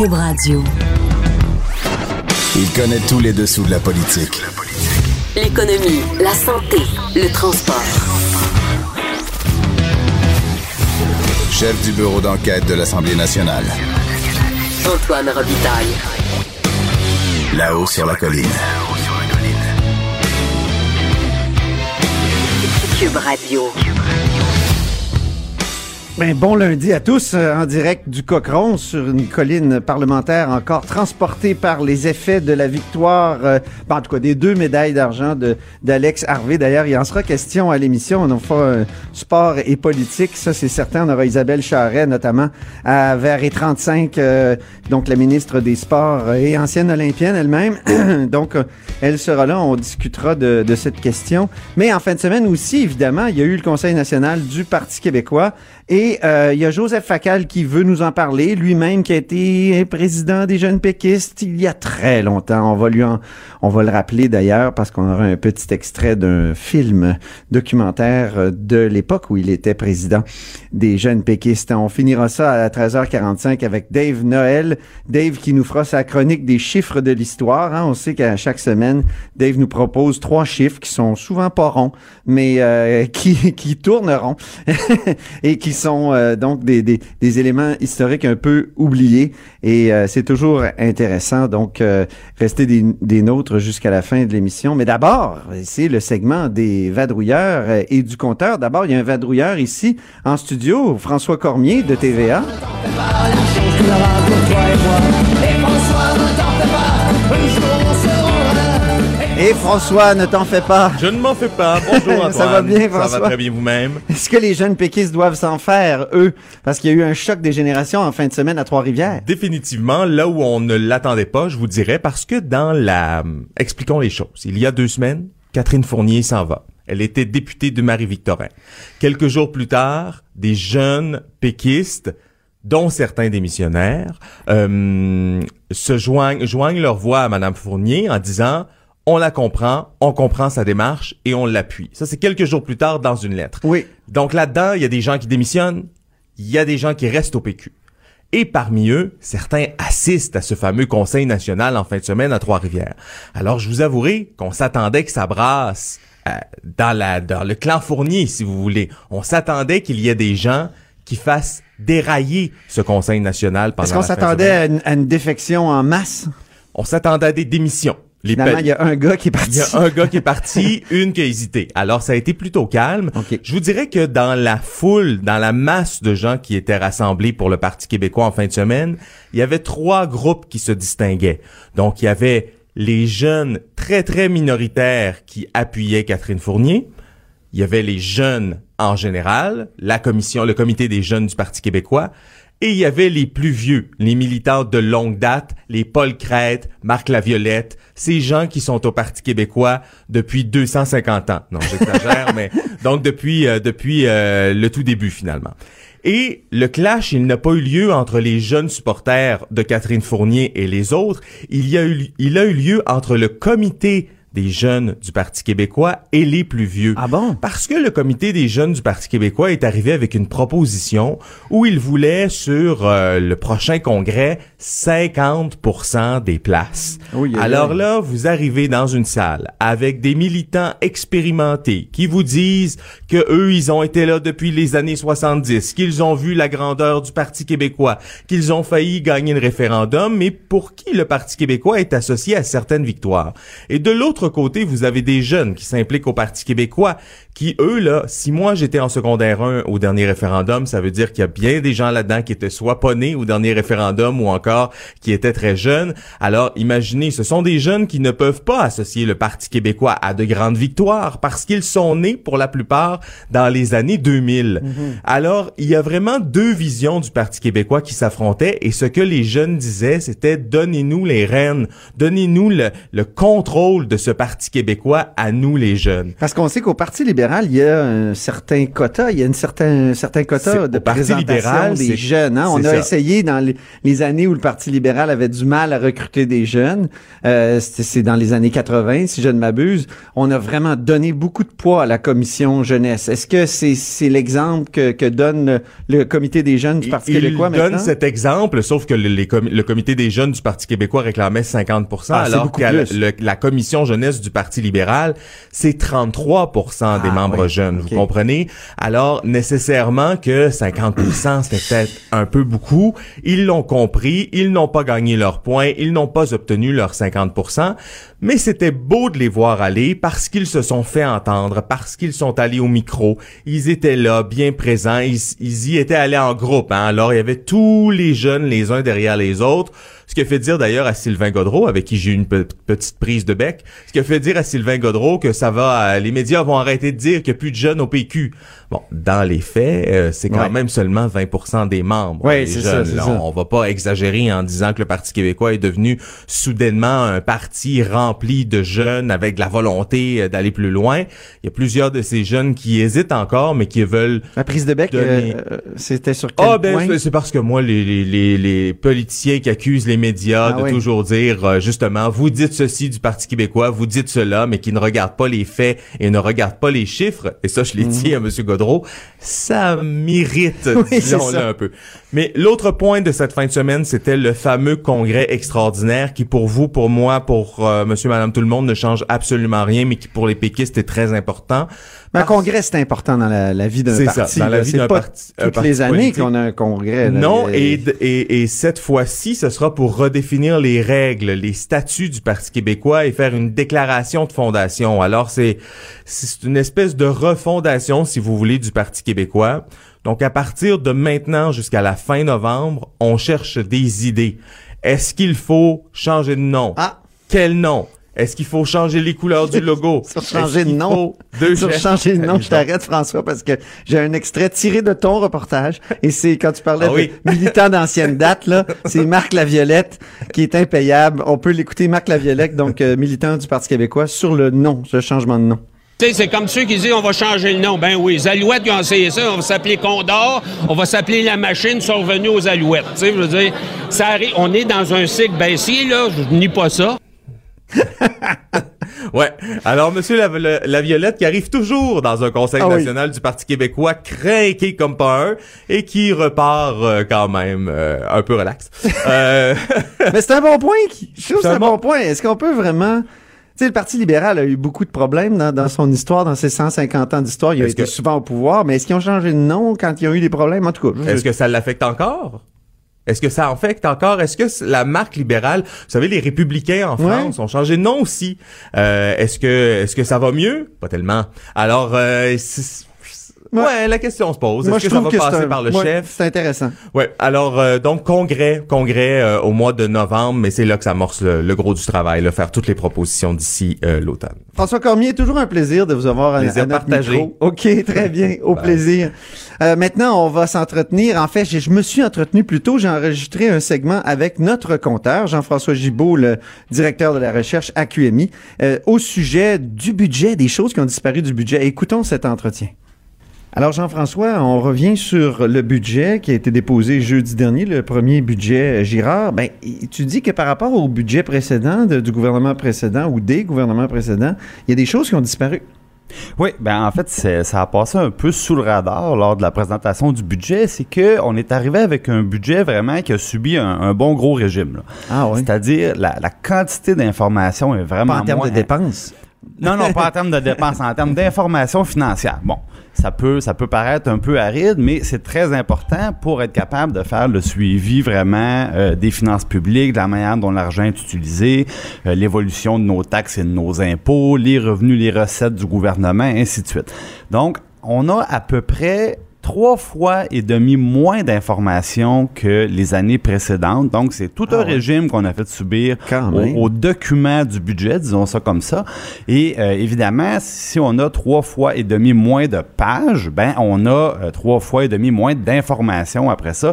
Cube Radio. Il connaît tous les dessous de la politique. L'économie, la santé, le transport. Chef du bureau d'enquête de l'Assemblée nationale. Antoine Robitaille. Là-haut sur la colline. Cube Radio. Ben, bon lundi à tous, en direct du Cochron sur une colline parlementaire encore transportée par les effets de la victoire, en tout cas des 2 médailles d'argent d'Alex Harvey. D'ailleurs, il en sera question à l'émission. On fera sport et politique, ça c'est certain. On aura Isabelle Charret notamment vers 35, donc la ministre des Sports et ancienne olympienne elle-même. Donc, elle sera là, on discutera de cette question. Mais en fin de semaine aussi, évidemment, il y a eu le Conseil national du Parti québécois. Et il y a Joseph Facal qui veut nous en parler, lui-même qui a été président des Jeunes péquistes il y a très longtemps. On va le rappeler d'ailleurs parce qu'on aura un petit extrait d'un film documentaire de l'époque où il était président des Jeunes péquistes. On finira ça à 13h45 avec Dave Noël. Dave qui nous fera sa chronique des chiffres de l'histoire. Hein. On sait qu'à chaque semaine, Dave nous propose 3 chiffres qui sont souvent pas ronds, mais qui tourneront et qui sont donc des éléments historiques un peu oubliés et c'est toujours intéressant, donc restez des nôtres jusqu'à la fin de l'émission. Mais d'abord, c'est le segment des vadrouilleurs et du compteur. D'abord, il y a un vadrouilleur ici en studio, François Cormier de TVA. Et François, ne t'en fais pas. Je ne m'en fais pas. Bonjour Antoine. Ça va bien, François? Ça va très bien vous-même. Est-ce que les jeunes péquistes doivent s'en faire, eux? Parce qu'il y a eu un choc des générations en fin de semaine à Trois-Rivières. Définitivement, là où on ne l'attendait pas, je vous dirais, parce que expliquons les choses. Il y a 2 semaines, Catherine Fournier s'en va. Elle était députée de Marie-Victorin. Quelques jours plus tard, des jeunes péquistes, dont certains démissionnaires, joignent leur voix à Madame Fournier en disant... On la comprend, on comprend sa démarche et on l'appuie. Ça, c'est quelques jours plus tard dans une lettre. Oui. Donc là-dedans, il y a des gens qui démissionnent, il y a des gens qui restent au PQ. Et parmi eux, certains assistent à ce fameux Conseil national en fin de semaine à Trois-Rivières. Alors, je vous avouerai qu'on s'attendait que ça brasse dans le clan Fournier, si vous voulez. On s'attendait qu'il y ait des gens qui fassent dérailler ce Conseil national pendant la fin de semaine. Est-ce qu'on s'attendait à une défection en masse? On s'attendait à des démissions. Finalement, il y a un gars qui est parti. Il y a un gars qui est parti, une qui a hésité. Alors, ça a été plutôt calme. Okay. Je vous dirais que dans la foule, dans la masse de gens qui étaient rassemblés pour le Parti québécois en fin de semaine, il y avait 3 groupes qui se distinguaient. Donc, il y avait les jeunes très, très minoritaires qui appuyaient Catherine Fournier. Il y avait les jeunes en général, le comité des jeunes du Parti québécois. Et il y avait les plus vieux, les militants de longue date, les Paul Crête, Marc Laviolette, ces gens qui sont au Parti québécois depuis 250 ans. Non, j'exagère, mais donc depuis le tout début finalement. Et le clash, il n'a pas eu lieu entre les jeunes supporters de Catherine Fournier et les autres. Il a eu lieu entre le comité des jeunes du Parti québécois et les plus vieux. Ah bon? Parce que le comité des jeunes du Parti québécois est arrivé avec une proposition où il voulait sur le prochain congrès 50% des places. Oui, alors là, vous arrivez dans une salle avec des militants expérimentés qui vous disent que eux, ils ont été là depuis les années 70, qu'ils ont vu la grandeur du Parti québécois, qu'ils ont failli gagner le référendum, mais pour qui le Parti québécois est associé à certaines victoires. Et de l'autre côté, vous avez des jeunes qui s'impliquent au Parti québécois qui, eux, là, si moi j'étais en secondaire 1 au dernier référendum, ça veut dire qu'il y a bien des gens là-dedans qui étaient soit pas nés au dernier référendum ou encore qui étaient très jeunes. Alors, imaginez, ce sont des jeunes qui ne peuvent pas associer le Parti québécois à de grandes victoires parce qu'ils sont nés, pour la plupart, dans les années 2000. Alors, il y a vraiment 2 visions du Parti québécois qui s'affrontaient et ce que les jeunes disaient, c'était « Donnez-nous les rênes, donnez-nous le contrôle de ce ce Parti québécois à nous, les jeunes. Parce qu'on sait qu'au Parti libéral, il y a un certain quota, il y a un certain quota de présentation libéral, des jeunes. Hein? On a essayé dans les années où le Parti libéral avait du mal à recruter des jeunes, c'est dans les années 80, si je ne m'abuse, on a vraiment donné beaucoup de poids à la commission jeunesse. Est-ce que c'est l'exemple que donne le comité des jeunes du Parti québécois maintenant? Il donne cet exemple, sauf que le comité des jeunes du Parti québécois réclamait 50%, alors que la commission jeunesse du Parti libéral, c'est 33% des membres jeunes, vous comprenez? Alors, nécessairement que 50%, c'était peut-être un peu beaucoup. Ils l'ont compris, ils n'ont pas gagné leurs points, ils n'ont pas obtenu leurs 50%, mais c'était beau de les voir aller parce qu'ils se sont fait entendre, parce qu'ils sont allés au micro, ils étaient là, bien présents, ils y étaient allés en groupe, hein? Alors, il y avait tous les jeunes les uns derrière les autres, ce qui a fait dire d'ailleurs à Sylvain Gaudreault, avec qui j'ai eu une petite prise de bec, ce qui a fait dire à Sylvain Gaudreault que ça va, les médias vont arrêter de dire qu'il n'y a plus de jeunes au PQ. Bon, dans les faits, c'est quand même seulement 20% des membres. Oui, c'est jeunes, ça. On va pas exagérer en disant que le Parti québécois est devenu soudainement un parti rempli de jeunes avec de la volonté d'aller plus loin. Il y a plusieurs de ces jeunes qui hésitent encore, mais qui veulent... La prise de bec, c'était sur quel point? C'est parce que moi, les politiciens qui accusent les médias toujours dire, justement, vous dites ceci du Parti québécois, vous dites cela, mais qui ne regardent pas les faits et ne regardent pas les chiffres, et ça, je l'ai dit à M. Gaudreault, ça m'irrite, disons-le un peu. Mais l'autre point de cette fin de semaine, c'était le fameux congrès extraordinaire qui, pour vous, pour moi, pour monsieur, madame, tout le monde, ne change absolument rien, mais qui, pour les péquistes, est très important. Un congrès, c'est important dans la vie d'un parti. C'est ça, dans la vie d'un parti. Toutes les années qu'on a un congrès. Là, non, et cette fois-ci, ce sera pour redéfinir les règles, les statuts du Parti québécois et faire une déclaration de fondation. Alors, c'est une espèce de refondation, si vous voulez, du Parti québécois. Donc, à partir de maintenant jusqu'à la fin novembre, on cherche des idées. Est-ce qu'il faut changer de nom? Quel nom? Est-ce qu'il faut changer les couleurs du logo? Sur changer de nom. Sur changer de nom, je t'arrête, François, parce que j'ai un extrait tiré de ton reportage. Et c'est quand tu parlais de militants d'ancienne date, là, c'est Marc Laviolette qui est impayable. On peut l'écouter, Marc Laviolette, donc militant du Parti québécois, sur le nom, ce changement de nom. C'est comme ceux qui disent on va changer le nom. Ben oui, les Alouettes qui ont essayé ça, on va s'appeler Condor, on va s'appeler La Machine, sont revenus aux Alouettes. Tu sais, je veux dire, ça arrive, on est dans un cycle baissier, là, je nie pas ça. Ouais. Alors, monsieur Laviolette, qui arrive toujours dans un conseil national du Parti québécois, craqué comme pas un, et qui repart quand même un peu relax. Mais c'est un bon point. Je trouve que c'est un bon point. Est-ce qu'on peut vraiment... Tu sais, le Parti libéral a eu beaucoup de problèmes dans son histoire, dans ses 150 ans d'histoire. Il a été souvent au pouvoir, mais est-ce qu'ils ont changé de nom quand ils ont eu des problèmes? En tout cas, est-ce que ça l'affecte encore? Est-ce que ça affecte encore? Est-ce que la marque libérale, vous savez, les républicains en France ont changé de nom aussi. Est-ce que ça va mieux? Pas tellement. Alors, la question se pose. Est-ce que ça va passer par le chef? C'est intéressant. Ouais. Alors, donc, congrès au mois de novembre, mais c'est là que ça amorce le gros du travail, là, faire toutes les propositions d'ici l'automne. François Cormier, toujours un plaisir de vous avoir à notre micro. OK, très bien. Au plaisir. Maintenant, on va s'entretenir. En fait, je me suis entretenu plus tôt. J'ai enregistré un segment avec notre compteur, Jean-François Gibault, le directeur de la recherche à QMI, au sujet du budget, des choses qui ont disparu du budget. Écoutons cet entretien. Alors, Jean-François, on revient sur le budget qui a été déposé jeudi dernier, le premier budget Girard. Ben, tu dis que par rapport au budget précédent du gouvernement précédent ou des gouvernements précédents, il y a des choses qui ont disparu. Oui, ben en fait, ça a passé un peu sous le radar lors de la présentation du budget. C'est que on est arrivé avec un budget vraiment qui a subi un bon gros régime. Là. Ah oui. C'est-à-dire, la quantité d'informations est vraiment pas en termes de dépenses. Non, pas en termes de dépenses, en termes d'informations financières. Bon, ça peut paraître un peu aride, mais c'est très important pour être capable de faire le suivi vraiment des finances publiques, de la manière dont l'argent est utilisé, l'évolution de nos taxes et de nos impôts, les revenus, les recettes du gouvernement, ainsi de suite. Donc, on a à peu près 3 fois et demi moins d'informations que les années précédentes. Donc, c'est tout un régime qu'on a fait subir aux documents du budget, disons ça comme ça. Et évidemment, si on a 3 fois et demi moins de pages, ben on a 3 fois et demi moins d'informations après ça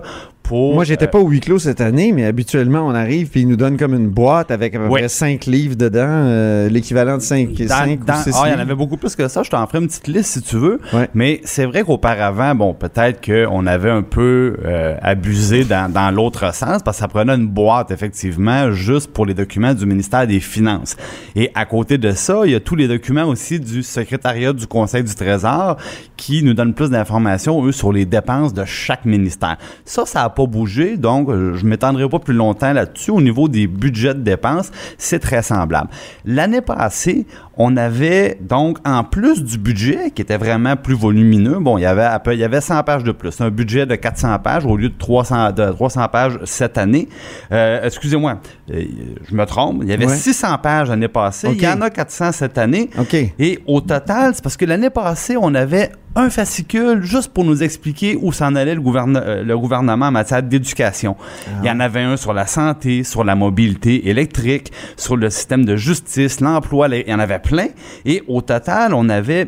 pour... Moi, j'étais pas au huis clos cette année, mais habituellement, on arrive puis ils nous donnent comme une boîte avec à peu près 5 livres dedans, l'équivalent de 5 ou 6 livres. Il y en avait beaucoup plus que ça. Je t'en ferai une petite liste si tu veux. Ouais. Mais c'est vrai qu'auparavant, bon, peut-être qu'on avait un peu abusé dans l'autre sens parce que ça prenait une boîte, effectivement, juste pour les documents du ministère des Finances. Et à côté de ça, il y a tous les documents aussi du secrétariat du Conseil du Trésor qui nous donnent plus d'informations, eux, sur les dépenses de chaque ministère. Ça n'a pas bougé, donc je ne m'étendrai pas plus longtemps là-dessus. Au niveau des budgets de dépenses, c'est très semblable. L'année passée, on avait donc, en plus du budget, qui était vraiment plus volumineux, bon, il y avait 100 pages de plus. Un budget de 400 pages au lieu de 300 pages cette année. Excusez-moi, je me trompe. Il y avait 600 pages l'année passée. Okay. Il y en a 400 cette année. Okay. Et au total, c'est parce que l'année passée, on avait un fascicule juste pour nous expliquer où s'en allait le gouvernement en matière d'éducation. Il y en avait un sur la santé, sur la mobilité électrique, sur le système de justice, l'emploi, il y en avait plein. Et au total, on avait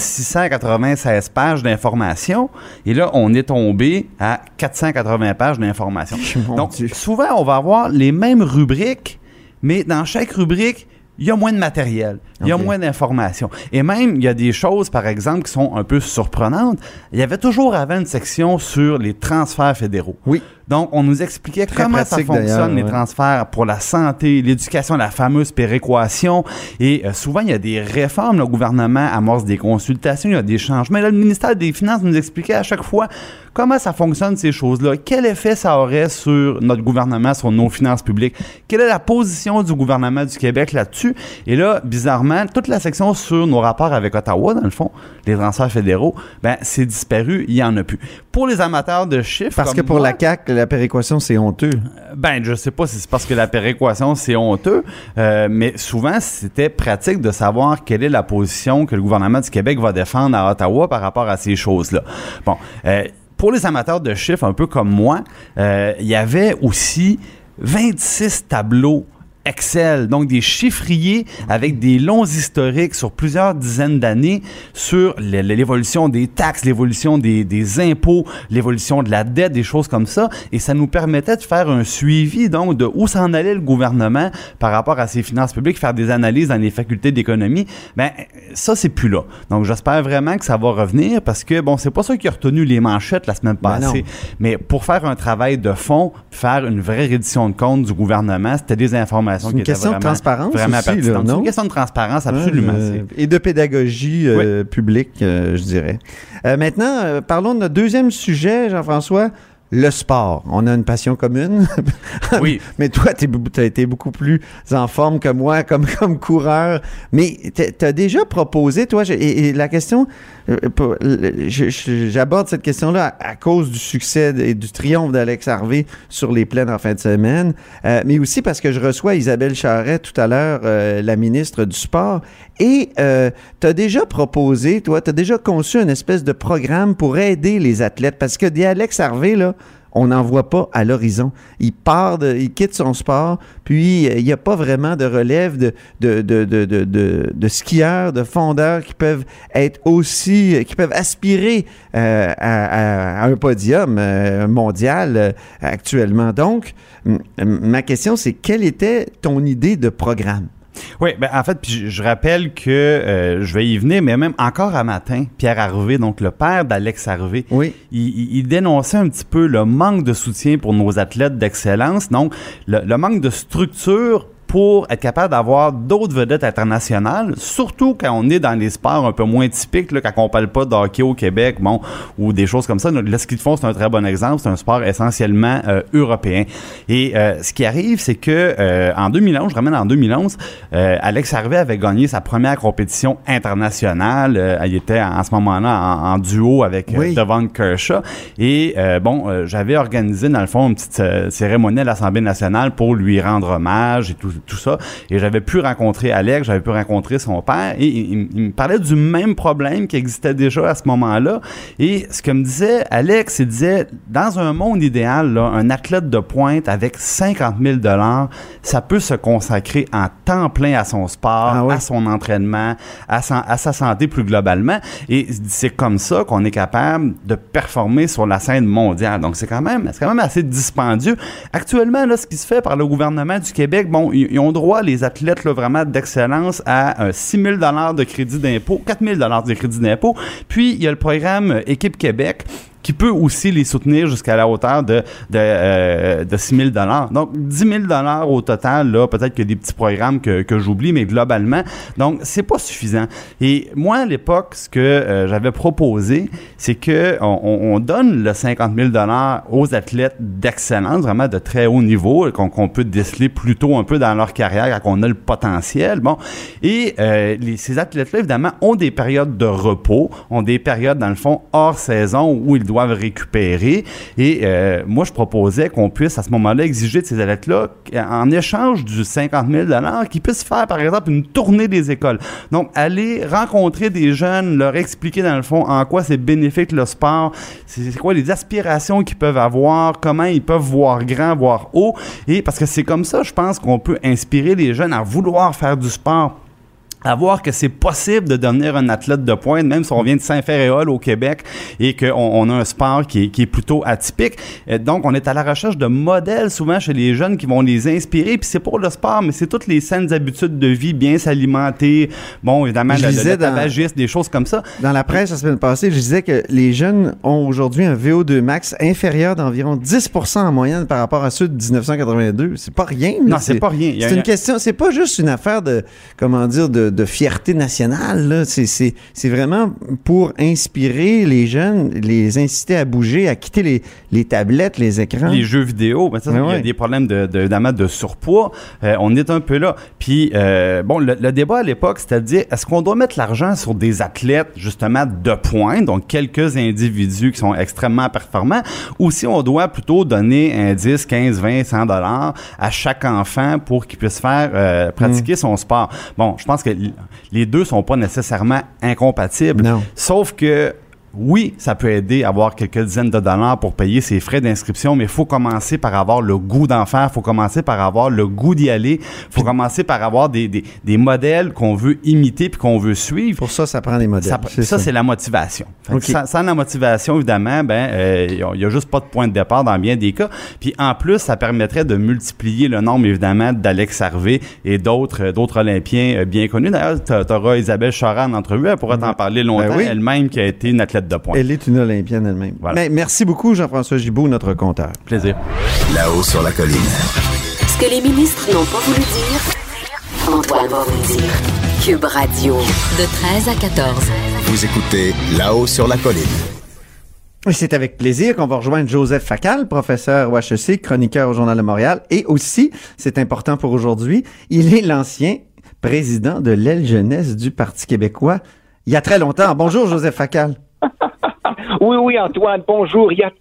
1696 pages d'informations. Et là, on est tombé à 480 pages d'informations. Donc, souvent, on va avoir les mêmes rubriques, mais dans chaque rubrique, il y a moins de matériel, il y a moins d'informations. Et même, il y a des choses, par exemple, qui sont un peu surprenantes. Il y avait toujours avant une section sur les transferts fédéraux. Oui. Donc, on nous expliquait comment ça fonctionne, les transferts pour la santé, l'éducation, la fameuse péréquation. Et souvent, il y a des réformes. Le gouvernement amorce des consultations, il y a des changements. Là, le ministère des Finances nous expliquait à chaque fois comment ça fonctionne, ces choses-là. Quel effet ça aurait sur notre gouvernement, sur nos finances publiques? Quelle est la position du gouvernement du Québec là-dessus? Et là, bizarrement, toute la section sur nos rapports avec Ottawa, dans le fond, les transferts fédéraux, ben, c'est disparu, il n'y en a plus. Pour les amateurs de chiffres... Parce que pour la CAQ, la péréquation, c'est honteux. Ben, je sais pas si c'est parce que la péréquation, c'est honteux, mais souvent, c'était pratique de savoir quelle est la position que le gouvernement du Québec va défendre à Ottawa par rapport à ces choses-là. Bon, pour les amateurs de chiffres, un peu comme moi, il y avait aussi 26 tableaux Excel, donc des chiffriers avec des longs historiques sur plusieurs dizaines d'années sur l'évolution des taxes, l'évolution des impôts, l'évolution de la dette, des choses comme ça. Et ça nous permettait de faire un suivi, donc, de où s'en allait le gouvernement par rapport à ses finances publiques, faire des analyses dans les facultés d'économie. Ben, ça, c'est plus là. Donc, j'espère vraiment que ça va revenir parce que, bon, c'est pas ça qui a retenu les manchettes la semaine passée. Mais pour faire un travail de fond, faire une vraie reddition de compte du gouvernement, c'était des informations. C'est une question de transparence aussi, là, non? C'est une question de transparence, absolument. Et de pédagogie publique, je dirais. Maintenant, parlons de notre deuxième sujet, Jean-François. Le sport. On a une passion commune. Oui. Mais toi, t'as été beaucoup plus en forme que moi comme coureur. Mais t'as déjà proposé, toi, et la question, j'aborde cette question-là à cause du succès et du triomphe d'Alex Harvey sur les plaines en fin de semaine, mais aussi parce que je reçois Isabelle Charret tout à l'heure, la ministre du Sport, et t'as déjà proposé, toi, t'as déjà conçu une espèce de programme pour aider les athlètes, parce que des Alex Harvey, là, on n'en voit pas à l'horizon. Il quitte son sport, puis il n'y a pas vraiment de relève de skieurs, de fondeurs qui peuvent qui peuvent aspirer à un podium mondial actuellement. Donc, ma question, c'est quelle était ton idée de programme? Oui, ben en fait, puis je rappelle que je vais y venir, mais même encore à matin, Pierre Harvey, donc le père d'Alex Harvey, oui. il dénonçait un petit peu le manque de soutien pour nos athlètes d'excellence, donc le manque de structure pour être capable d'avoir d'autres vedettes internationales, surtout quand on est dans les sports un peu moins typiques, là, quand on parle pas de hockey au Québec, bon, ou des choses comme ça. Le ski de fond, c'est un très bon exemple. C'est un sport essentiellement européen. Et ce qui arrive, c'est que en 2011, je ramène en 2011, Alex Harvey avait gagné sa première compétition internationale. Il était en ce moment-là en duo avec Devon Kershaw. Et j'avais organisé, dans le fond, une petite cérémonie à l'Assemblée nationale pour lui rendre hommage et tout tout ça. Et j'avais pu rencontrer Alex, j'avais pu rencontrer son père, et il me parlait du même problème qui existait déjà à ce moment-là. Et ce que me disait Alex, il disait, dans un monde idéal, là, un athlète de pointe avec 50 000 $, ça peut se consacrer en temps plein à son sport, à son entraînement, à sa santé plus globalement. Et c'est comme ça qu'on est capable de performer sur la scène mondiale. Donc, c'est quand même assez dispendieux. Actuellement, là, ce qui se fait par le gouvernement du Québec, bon, ils ont droit, les athlètes là, vraiment d'excellence, à 6 000 $ de crédit d'impôt, 4 000 $ de crédit d'impôt. Puis, il y a le programme Équipe Québec qui peut aussi les soutenir jusqu'à la hauteur de 6 000 $. Donc, 10 000 $ au total, là, peut-être qu'il y a des petits programmes que j'oublie, mais globalement, donc, c'est pas suffisant. Et moi, à l'époque, ce que j'avais proposé, c'est que on donne le 50 000 $ aux athlètes d'excellence, vraiment de très haut niveau, qu'on peut déceler plus tôt un peu dans leur carrière quand on a le potentiel. Bon, et ces athlètes-là, évidemment, ont des périodes de repos, ont des périodes, dans le fond, hors saison où ils doivent récupérer. Et moi, je proposais qu'on puisse, à ce moment-là, exiger de ces athlètes-là, en échange du 50 000 $, qu'ils puissent faire, par exemple, une tournée des écoles. Donc, aller rencontrer des jeunes, leur expliquer, dans le fond, en quoi c'est bénéfique le sport, c'est quoi les aspirations qu'ils peuvent avoir, comment ils peuvent voir grand, voir haut. Et parce que c'est comme ça, je pense, qu'on peut inspirer les jeunes à vouloir faire du sport, à voir que c'est possible de devenir un athlète de pointe, même si on vient de Saint-Féréol au Québec et qu'on a un sport qui est plutôt atypique. Donc, on est à la recherche de modèles souvent chez les jeunes qui vont les inspirer. Puis c'est pour le sport, mais c'est toutes les saines habitudes de vie, bien s'alimenter, bon, évidemment, le tabagisme, des choses comme ça. Dans la presse la semaine passée, je disais que les jeunes ont aujourd'hui un VO2 max inférieur d'environ 10% en moyenne par rapport à ceux de 1982. C'est pas rien. Non, c'est pas rien. C'est une question, c'est pas juste une affaire de, comment dire, de fierté nationale, là. C'est vraiment pour inspirer les jeunes, les inciter à bouger, à quitter les tablettes, les écrans. Les jeux vidéo, ben ça, il y a des problèmes évidemment de surpoids. On est un peu là. Puis, bon, le débat à l'époque, c'est-à-dire, est-ce qu'on doit mettre l'argent sur des athlètes, justement, de pointe, donc quelques individus qui sont extrêmement performants, ou si on doit plutôt donner un 10, 15, 20, 100 $ à chaque enfant pour qu'il puisse faire pratiquer son sport. Bon, je pense que les deux sont pas nécessairement incompatibles. Non. Sauf que oui, ça peut aider à avoir quelques dizaines de dollars pour payer ses frais d'inscription, mais il faut commencer par avoir le goût d'en faire, il faut commencer par avoir le goût d'y aller, il faut commencer par avoir des modèles qu'on veut imiter puis qu'on veut suivre. Pour ça, ça prend des modèles. Ça, c'est la motivation. Okay. Sans la motivation, évidemment, il y a juste pas de point de départ dans bien des cas. Puis en plus, ça permettrait de multiplier le nombre, évidemment, d'Alex Harvey et d'autres Olympiens bien connus. D'ailleurs, tu auras Isabelle Chorat en entrevue, elle pourra t'en parler longtemps, elle-même qui a été une athlète de pointe. Elle est une Olympienne elle-même. Voilà. Mais merci beaucoup, Jean-François Gibault, notre compteur. Plaisir. Là-haut sur la colline. Ce que les ministres n'ont pas voulu dire, Antoine va vous le dire. Cube Radio, de 13 à 14. Vous écoutez Là-haut sur la colline. C'est avec plaisir qu'on va rejoindre Joseph Facal, professeur au HEC, chroniqueur au Journal de Montréal. Et aussi, c'est important pour aujourd'hui, il est l'ancien président de l'aile jeunesse du Parti québécois. Il y a très longtemps. Bonjour, Joseph Facal. Oui, Antoine, bonjour. Il y a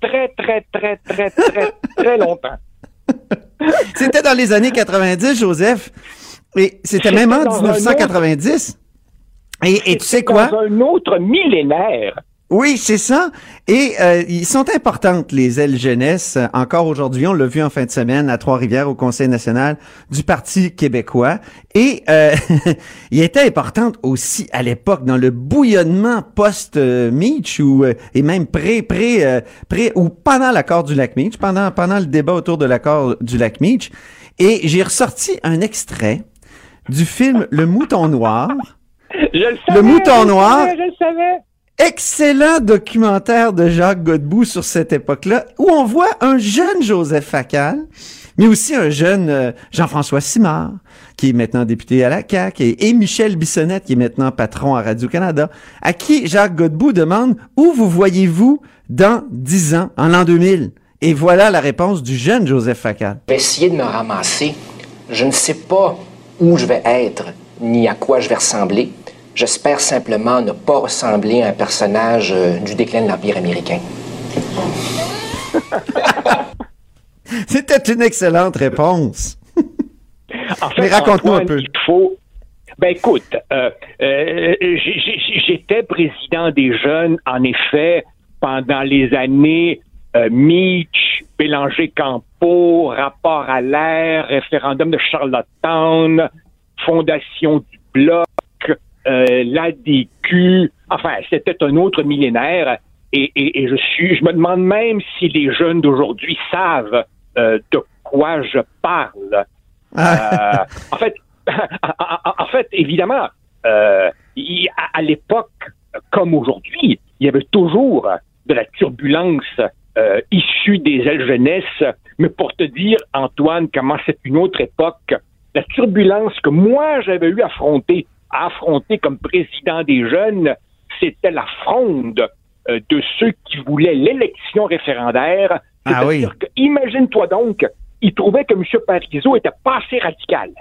très longtemps. C'était dans les années 90, Joseph. Et c'était même en 1990. Et tu sais quoi? Dans un autre millénaire. Oui, c'est ça. Et ils sont importantes, les ailes jeunesse. Encore aujourd'hui, on l'a vu en fin de semaine à Trois-Rivières au Conseil national du Parti québécois. Et il était importante aussi à l'époque dans le bouillonnement post-Meach et même pré ou pendant l'accord du lac Meach, pendant le débat autour de l'accord du lac Meach. Et j'ai ressorti un extrait du film Le Mouton Noir. Je le savais. Le Mouton Noir. Je le savais. Excellent documentaire de Jacques Godbout sur cette époque-là, où on voit un jeune Joseph Facal, mais aussi un jeune Jean-François Simard, qui est maintenant député à la CAQ, et Michel Bissonnette, qui est maintenant patron à Radio-Canada, à qui Jacques Godbout demande « Où vous voyez-vous dans 10 ans, en l'an 2000? » Et voilà la réponse du jeune Joseph Facal. Je vais essayer de me ramasser. Je ne sais pas où je vais être, ni à quoi je vais ressembler. J'espère simplement ne pas ressembler à un personnage du déclin de l'Empire américain. C'était une excellente réponse. En fait, Mais raconte-nous Antoine, un peu. Il faut... Ben écoute, j'étais président des jeunes, en effet, pendant les années Meach, Bélanger-Campeau, rapport à l'air, référendum de Charlottetown, fondation du Bloc, l'ADQ. Enfin, c'était un autre millénaire. Et je me demande même si les jeunes d'aujourd'hui savent de quoi je parle. En fait, évidemment, à l'époque, comme aujourd'hui, il y avait toujours de la turbulence issue des ailes jeunesse. Mais pour te dire, Antoine, comment c'est une autre époque, la turbulence que moi j'avais eu à affronter comme président des jeunes, c'était la fronde de ceux qui voulaient l'élection référendaire. C'est-à-dire que, imagine-toi donc, ils trouvaient que M. Parizeau était pas assez radical.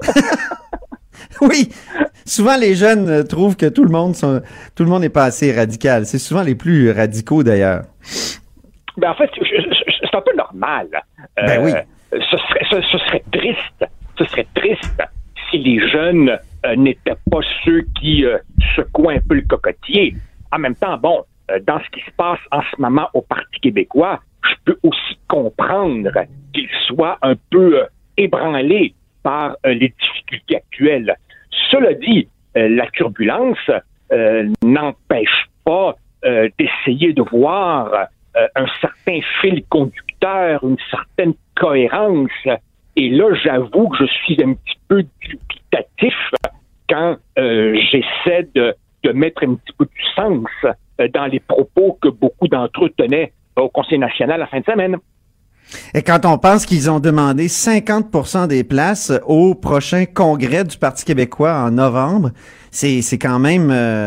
Oui, souvent les jeunes trouvent que tout le monde n'est pas assez radical. C'est souvent les plus radicaux d'ailleurs. Ben en fait, c'est un peu normal. Ben oui. Ce serait triste. Ce serait triste si les jeunes n'étaient pas ceux qui secouent un peu le cocotier. En même temps, bon, dans ce qui se passe en ce moment au Parti québécois, je peux aussi comprendre qu'il soit un peu ébranlé par les difficultés actuelles. Cela dit, la turbulence n'empêche pas d'essayer de voir un certain fil conducteur, une certaine cohérence. Et là, j'avoue que je suis un petit peu dubitatif quand j'essaie de mettre un petit peu du sens dans les propos que beaucoup d'entre eux tenaient au Conseil national la fin de semaine. Et quand on pense qu'ils ont demandé 50% des places au prochain congrès du Parti québécois en novembre, c'est quand même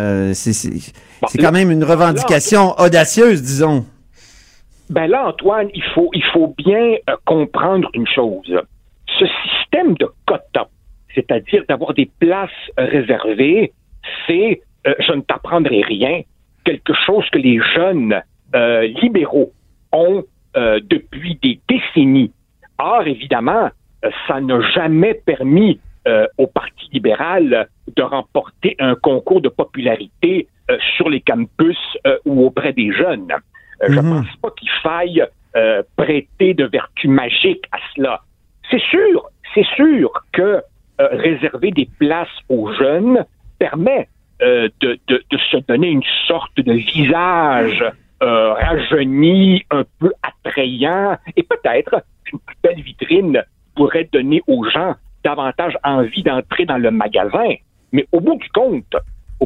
quand même une revendication audacieuse, disons. Ben là, Antoine, il faut bien comprendre une chose. Ce système de quotas, c'est-à-dire d'avoir des places réservées, c'est, je ne t'apprendrai rien, quelque chose que les jeunes libéraux ont depuis des décennies. Or, évidemment, ça n'a jamais permis au Parti libéral de remporter un concours de popularité sur les campus ou auprès des jeunes. Je pense pas qu'il faille prêter de vertu magique à cela. C'est sûr que réserver des places aux jeunes permet de se donner une sorte de visage rajeuni, un peu attrayant, et peut-être qu'une plus belle vitrine pourrait donner aux gens davantage envie d'entrer dans le magasin. Mais au bout du compte,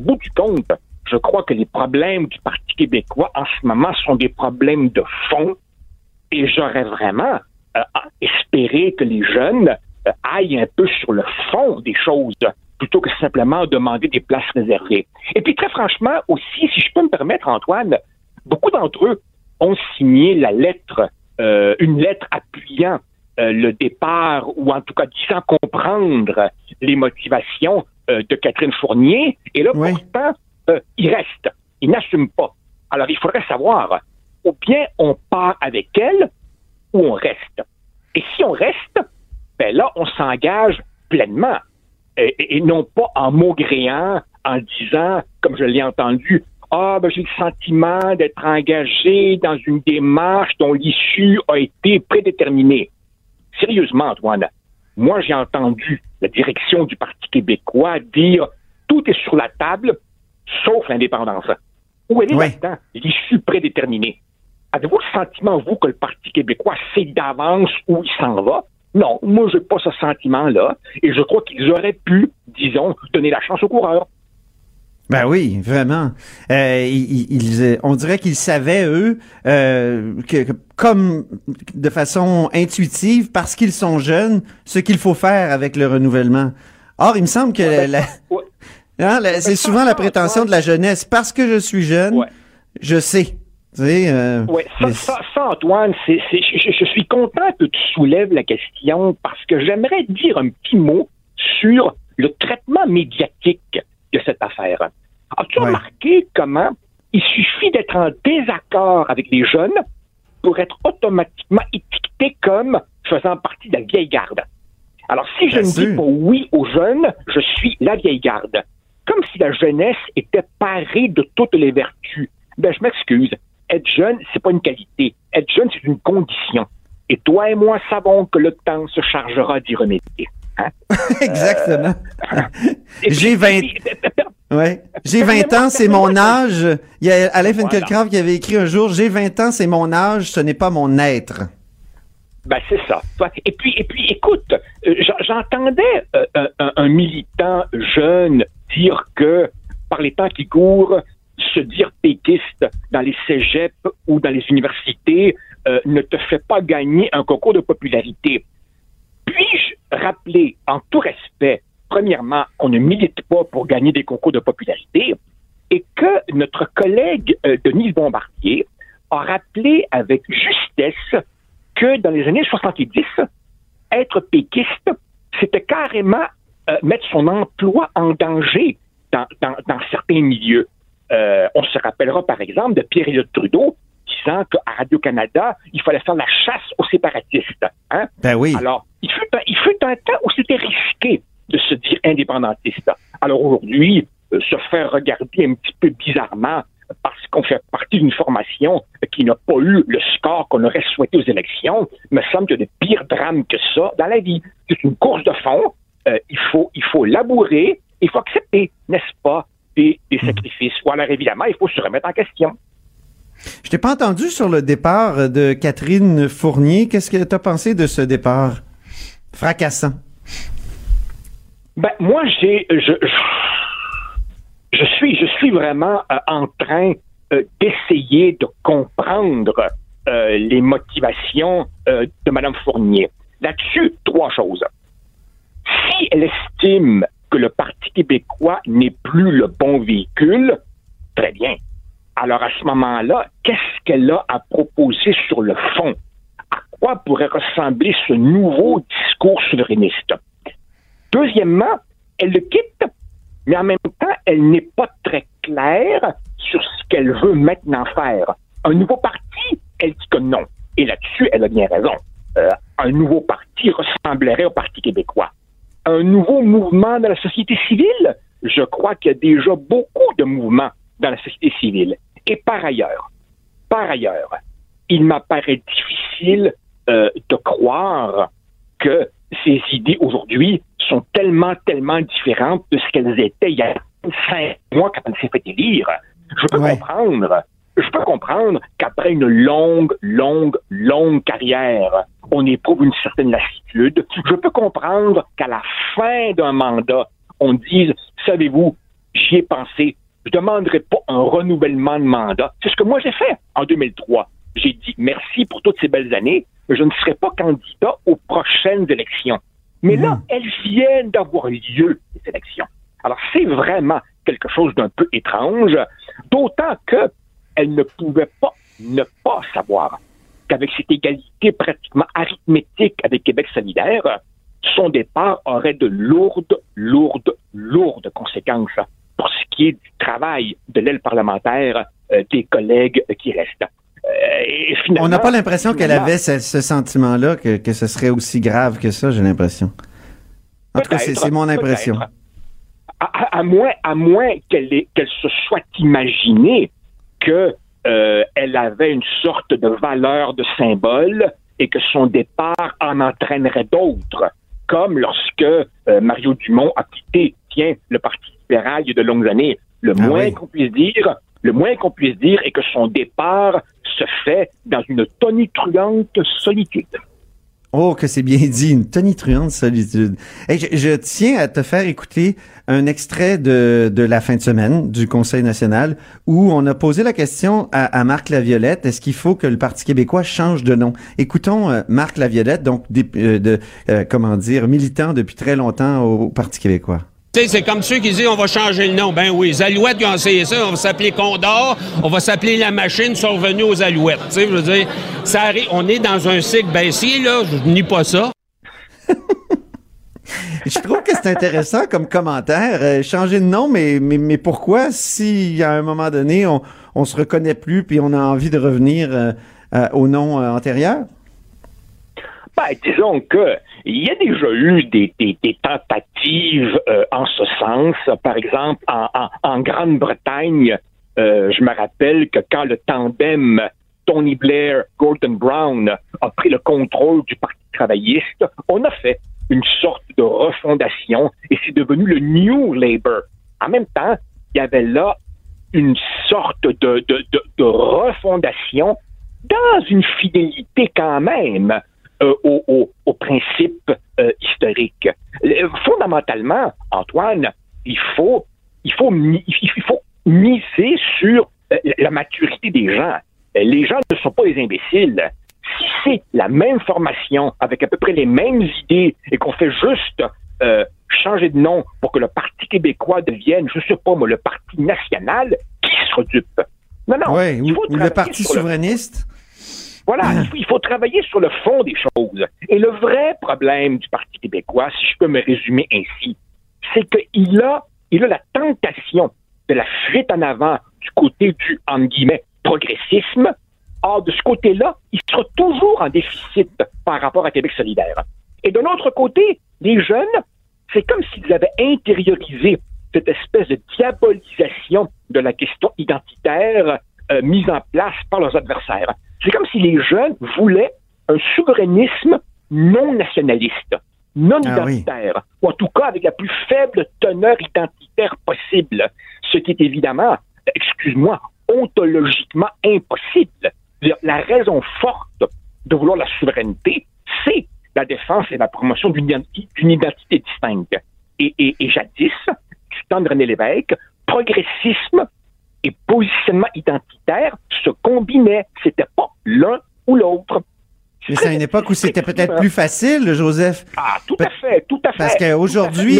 je crois que les problèmes du Parti québécois en ce moment sont des problèmes de fond, et j'aurais vraiment espéré que les jeunes aillent un peu sur le fond des choses, plutôt que simplement demander des places réservées. Et puis très franchement aussi, si je peux me permettre, Antoine, beaucoup d'entre eux ont signé une lettre appuyant le départ, ou en tout cas disant comprendre les motivations de Catherine Fournier. Et là, pourtant, ils restent. Ils n'assument pas. Alors, il faudrait savoir, ou bien on part avec elle, ou on reste. Et si on reste, ben là, on s'engage pleinement. Et non pas en maugréant, en disant, comme je l'ai entendu, j'ai le sentiment d'être engagé dans une démarche dont l'issue a été prédéterminée. Sérieusement, Antoine, moi j'ai entendu la direction du Parti québécois dire tout est sur la table, sauf l'indépendance. Où elle est là-dedans, l'issue prédéterminée? Avez-vous le sentiment, vous, que le Parti québécois sait d'avance où il s'en va? Non, moi j'ai pas ce sentiment-là, et je crois qu'ils auraient pu, disons, donner la chance aux coureurs. Ben oui, vraiment. On dirait qu'ils savaient, eux, que comme de façon intuitive, parce qu'ils sont jeunes, ce qu'il faut faire avec le renouvellement. Or, il me semble que c'est souvent la prétention de la jeunesse. Parce que je suis jeune, je sais. Ça, Antoine, je suis content que tu soulèves la question parce que j'aimerais dire un petit mot sur le traitement médiatique de cette affaire. As-tu remarqué comment il suffit d'être en désaccord avec les jeunes pour être automatiquement étiqueté comme faisant partie de la vieille garde? Alors, si je ne dis pas oui aux jeunes, je suis la vieille garde. Comme si la jeunesse était parée de toutes les vertus. Ben, je m'excuse. Être jeune, c'est pas une qualité. Être jeune, c'est une condition. Et toi et moi savons que le temps se chargera d'y remédier. Hein? Exactement. J'ai 20 ans, c'est mon âge. Il y a Alain Finkielkraut qui avait écrit un jour, j'ai 20 ans, c'est mon âge, ce n'est pas mon être. Ben, c'est ça. Et puis, écoute, j'entendais un militant jeune dire que, par les temps qui courent, se dire péquiste dans les cégeps ou dans les universités ne te fait pas gagner un concours de popularité. Puis-je rappeler, en tout respect, premièrement, qu'on ne milite pas pour gagner des concours de popularité et que notre collègue Denise Bombardier a rappelé avec justesse que dans les années 70, être péquiste, c'était carrément mettre son emploi en danger dans certains milieux. On se rappellera par exemple de Pierre-Éliott Trudeau disant qu'à Radio-Canada, il fallait faire la chasse aux séparatistes. Hein? Ben oui. Alors, il fut un temps où c'était risqué de se dire indépendantiste. Alors aujourd'hui, se faire regarder un petit peu bizarrement parce qu'on fait partie d'une formation qui n'a pas eu le score qu'on aurait souhaité aux élections, me semble qu'il y a de pires drames que ça dans la vie. C'est une course de fond. Il faut labourer, il faut accepter, n'est-ce pas, des sacrifices. Ou alors, évidemment, il faut se remettre en question. Je t'ai pas entendu sur le départ de Catherine Fournier. Qu'est-ce que tu as pensé de ce départ fracassant? Ben, moi, je suis vraiment en train d'essayer de comprendre les motivations de Mme Fournier. Là-dessus, 3 choses. Si elle estime que le Parti québécois n'est plus le bon véhicule, très bien. Alors, à ce moment-là, qu'est-ce qu'elle a à proposer sur le fond? À quoi pourrait ressembler ce nouveau discours souverainiste? Deuxièmement, elle le quitte, mais en même temps, elle n'est pas très claire sur ce qu'elle veut maintenant faire. Un nouveau parti, elle dit que non. Et là-dessus, elle a bien raison. Un nouveau parti ressemblerait au Parti québécois. Un nouveau mouvement dans la société civile, je crois qu'il y a déjà beaucoup de mouvements dans la société civile. Et par ailleurs, il m'apparaît difficile de croire que ces idées aujourd'hui sont tellement différentes de ce qu'elles étaient il y a 5 mois quand elle s'est fait élire. Je peux comprendre qu'après une longue carrière, on éprouve une certaine lassitude. Je peux comprendre qu'à la fin d'un mandat, on dise, savez-vous, j'y ai pensé, je ne demanderai pas un renouvellement de mandat. C'est ce que moi j'ai fait en 2003. J'ai dit merci pour toutes ces belles années, mais je ne serai pas candidat aux prochaines élections. Mais là, elles viennent d'avoir lieu, ces élections. Alors, c'est vraiment quelque chose d'un peu étrange, d'autant qu'elle ne pouvait pas ne pas savoir qu'avec cette égalité pratiquement arithmétique avec Québec solidaire, son départ aurait de lourdes conséquences pour ce qui est du travail de l'aile parlementaire des collègues qui restent. Et on n'a pas l'impression qu'elle avait ce sentiment-là, que ce serait aussi grave que ça, j'ai l'impression. En tout cas, c'est mon impression. À moins qu'elle se soit imaginée que elle avait une sorte de valeur de symbole et que son départ en entraînerait d'autres, comme lorsque Mario Dumont a quitté, le Parti libéral il y a de longues années. Le moins qu'on puisse dire est que son départ se fait dans une tonitruante solitude. Oh, que c'est bien dit, une tonitruante solitude. Hey, je tiens à te faire écouter un extrait de la fin de semaine du Conseil national où on a posé la question à Marc Laviolette, est-ce qu'il faut que le Parti québécois change de nom? Écoutons Marc Laviolette, donc militant depuis très longtemps au Parti québécois. C'est comme ceux qui disent on va changer le nom. Ben oui, les Alouettes qui ont essayé ça, on va s'appeler Condor, on va s'appeler La Machine, sont revenus aux Alouettes. Tu sais, je veux dire, ça arrive, on est dans un cycle baissier, là, je nie pas ça. Je trouve que c'est intéressant comme commentaire. Changer de nom, mais pourquoi, si à un moment donné, on se reconnaît plus puis on a envie de revenir au nom antérieur? Ben, disons que Il y a déjà eu des tentatives en ce sens. Par exemple, en Grande-Bretagne, je me rappelle que quand le tandem Tony Blair-Gordon Brown a pris le contrôle du Parti travailliste, on a fait une sorte de refondation et c'est devenu le New Labour. En même temps, il y avait là une sorte de refondation dans une fidélité quand même aux principes historiques. Fondamentalement, Antoine, il faut miser sur la maturité des gens. Les gens ne sont pas des imbéciles. Si c'est la même formation, avec à peu près les mêmes idées, et qu'on fait juste changer de nom pour que le Parti québécois devienne, je sais pas moi, le Parti national, qui sera dupe? Non, ouais, ou le Parti souverainiste. Voilà, il faut travailler sur le fond des choses. Et le vrai problème du Parti québécois, si je peux me résumer ainsi, c'est qu'il a la tentation de la fuite en avant du côté du, entre guillemets, progressisme. Or, de ce côté-là, il sera toujours en déficit par rapport à Québec solidaire. Et de l'autre côté, les jeunes, c'est comme s'ils avaient intériorisé cette espèce de diabolisation de la question identitaire mise en place par leurs adversaires. C'est comme si les jeunes voulaient un souverainisme non nationaliste, non identitaire, ou en tout cas avec la plus faible teneur identitaire possible, ce qui est évidemment, excuse-moi, ontologiquement impossible. La raison forte de vouloir la souveraineté, c'est la défense et la promotion d'une identité distincte. Et jadis, du temps de René Lévesque, progressisme et positionnement identitaire se combinaient. C'était pas l'un ou l'autre. Mais c'est à une époque où c'était peut-être plus facile, Joseph. Ah, tout à fait. Parce qu'aujourd'hui,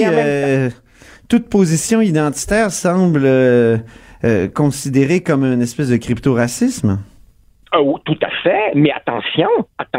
toute position identitaire semble considérée comme une espèce de crypto-racisme. Oh, tout à fait, mais attention,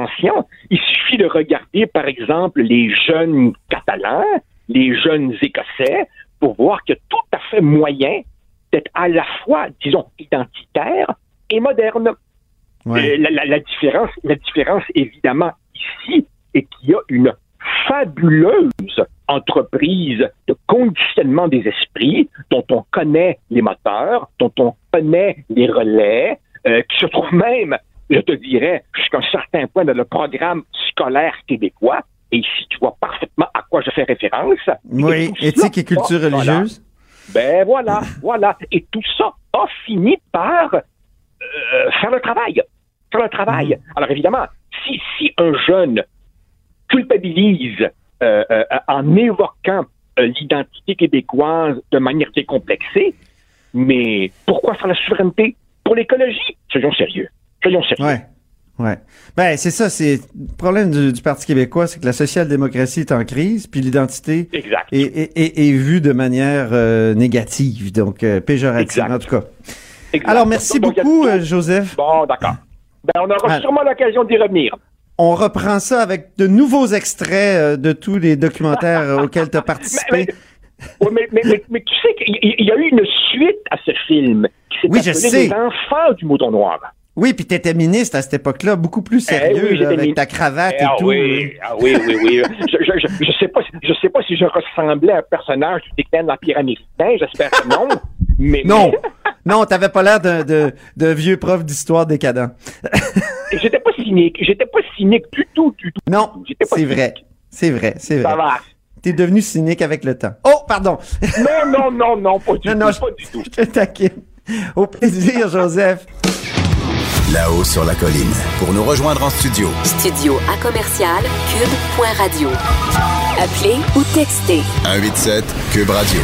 il suffit de regarder, par exemple, les jeunes Catalans, les jeunes Écossais, pour voir qu'il y a tout à fait moyen d'être à la fois, disons, identitaire et moderne. Ouais. La différence, évidemment, ici, est qu'il y a une fabuleuse entreprise de conditionnement des esprits dont on connaît les moteurs, dont on connaît les relais, qui se trouve même, je te dirais, jusqu'à un certain point dans le programme scolaire québécois. Et ici, tu vois parfaitement à quoi je fais référence. Oui, éthique et culture religieuse. Voilà. Et tout ça a fini par faire le travail. Alors évidemment, si un jeune culpabilise en évoquant l'identité québécoise de manière décomplexée, mais pourquoi faire la souveraineté? Pour l'écologie, soyons sérieux. Ouais. Ben, c'est ça, c'est le problème du Parti québécois, c'est que la social-démocratie est en crise, puis l'identité est vue de manière négative, donc péjorative, en tout cas. Exact. Alors, merci beaucoup, Joseph. Bon, d'accord. Ben, on aura sûrement l'occasion d'y revenir. On reprend ça avec de nouveaux extraits de tous les documentaires auxquels tu as participé. Mais tu sais qu'il y a eu une suite à ce film qui s'est appelé Les enfants du mouton noir. Oui, puis t'étais ministre à cette époque-là, beaucoup plus sérieux, avec ta cravate et tout. Oui. Je sais pas si je ressemblais à un personnage du déclin de l'Empire américain, j'espère que non. Mais non, t'avais pas l'air d'un vieux prof d'histoire décadent. J'étais pas cynique du tout. Non, c'est vrai. Ça va. T'es devenu cynique avec le temps. Oh, pardon. Non, pas du tout. Je te taquine. Au plaisir, Joseph. Là-haut sur la colline. Pour nous rejoindre en studio. Studio à commercial cube.radio. Appelez ou textez. 187 Cube Radio.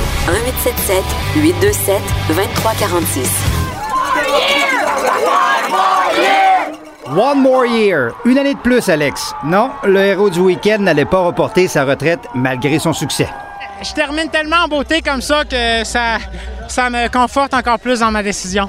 1877-827-2346. One more year. Une année de plus, Alex. Non, le héros du week-end n'allait pas reporter sa retraite malgré son succès. Je termine tellement en beauté comme ça que ça me conforte encore plus dans ma décision.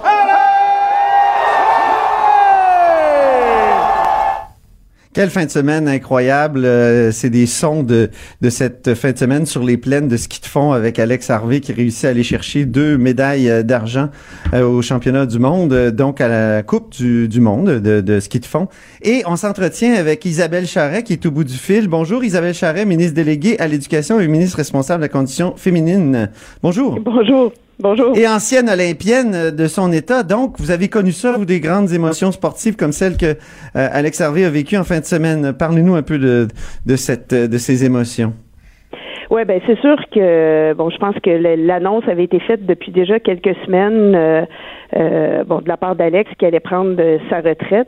Quelle fin de semaine incroyable. C'est des sons de cette fin de semaine sur les plaines de ski de fond avec Alex Harvey qui réussit à aller chercher 2 médailles d'argent au championnat du monde, donc à la Coupe du monde de ski de fond. Et on s'entretient avec Isabelle Charret qui est au bout du fil. Bonjour Isabelle Charret, ministre déléguée à l'éducation et ministre responsable de la condition féminine. Bonjour. Bonjour. Bonjour. Et ancienne olympienne de son état, donc vous avez connu ça, vous, des grandes émotions sportives comme celles que Alex Harvey a vécues en fin de semaine. Parlez-nous un peu de ces émotions. Ouais, ben c'est sûr que je pense que l'annonce avait été faite depuis déjà quelques semaines, de la part d'Alex qui allait prendre sa retraite.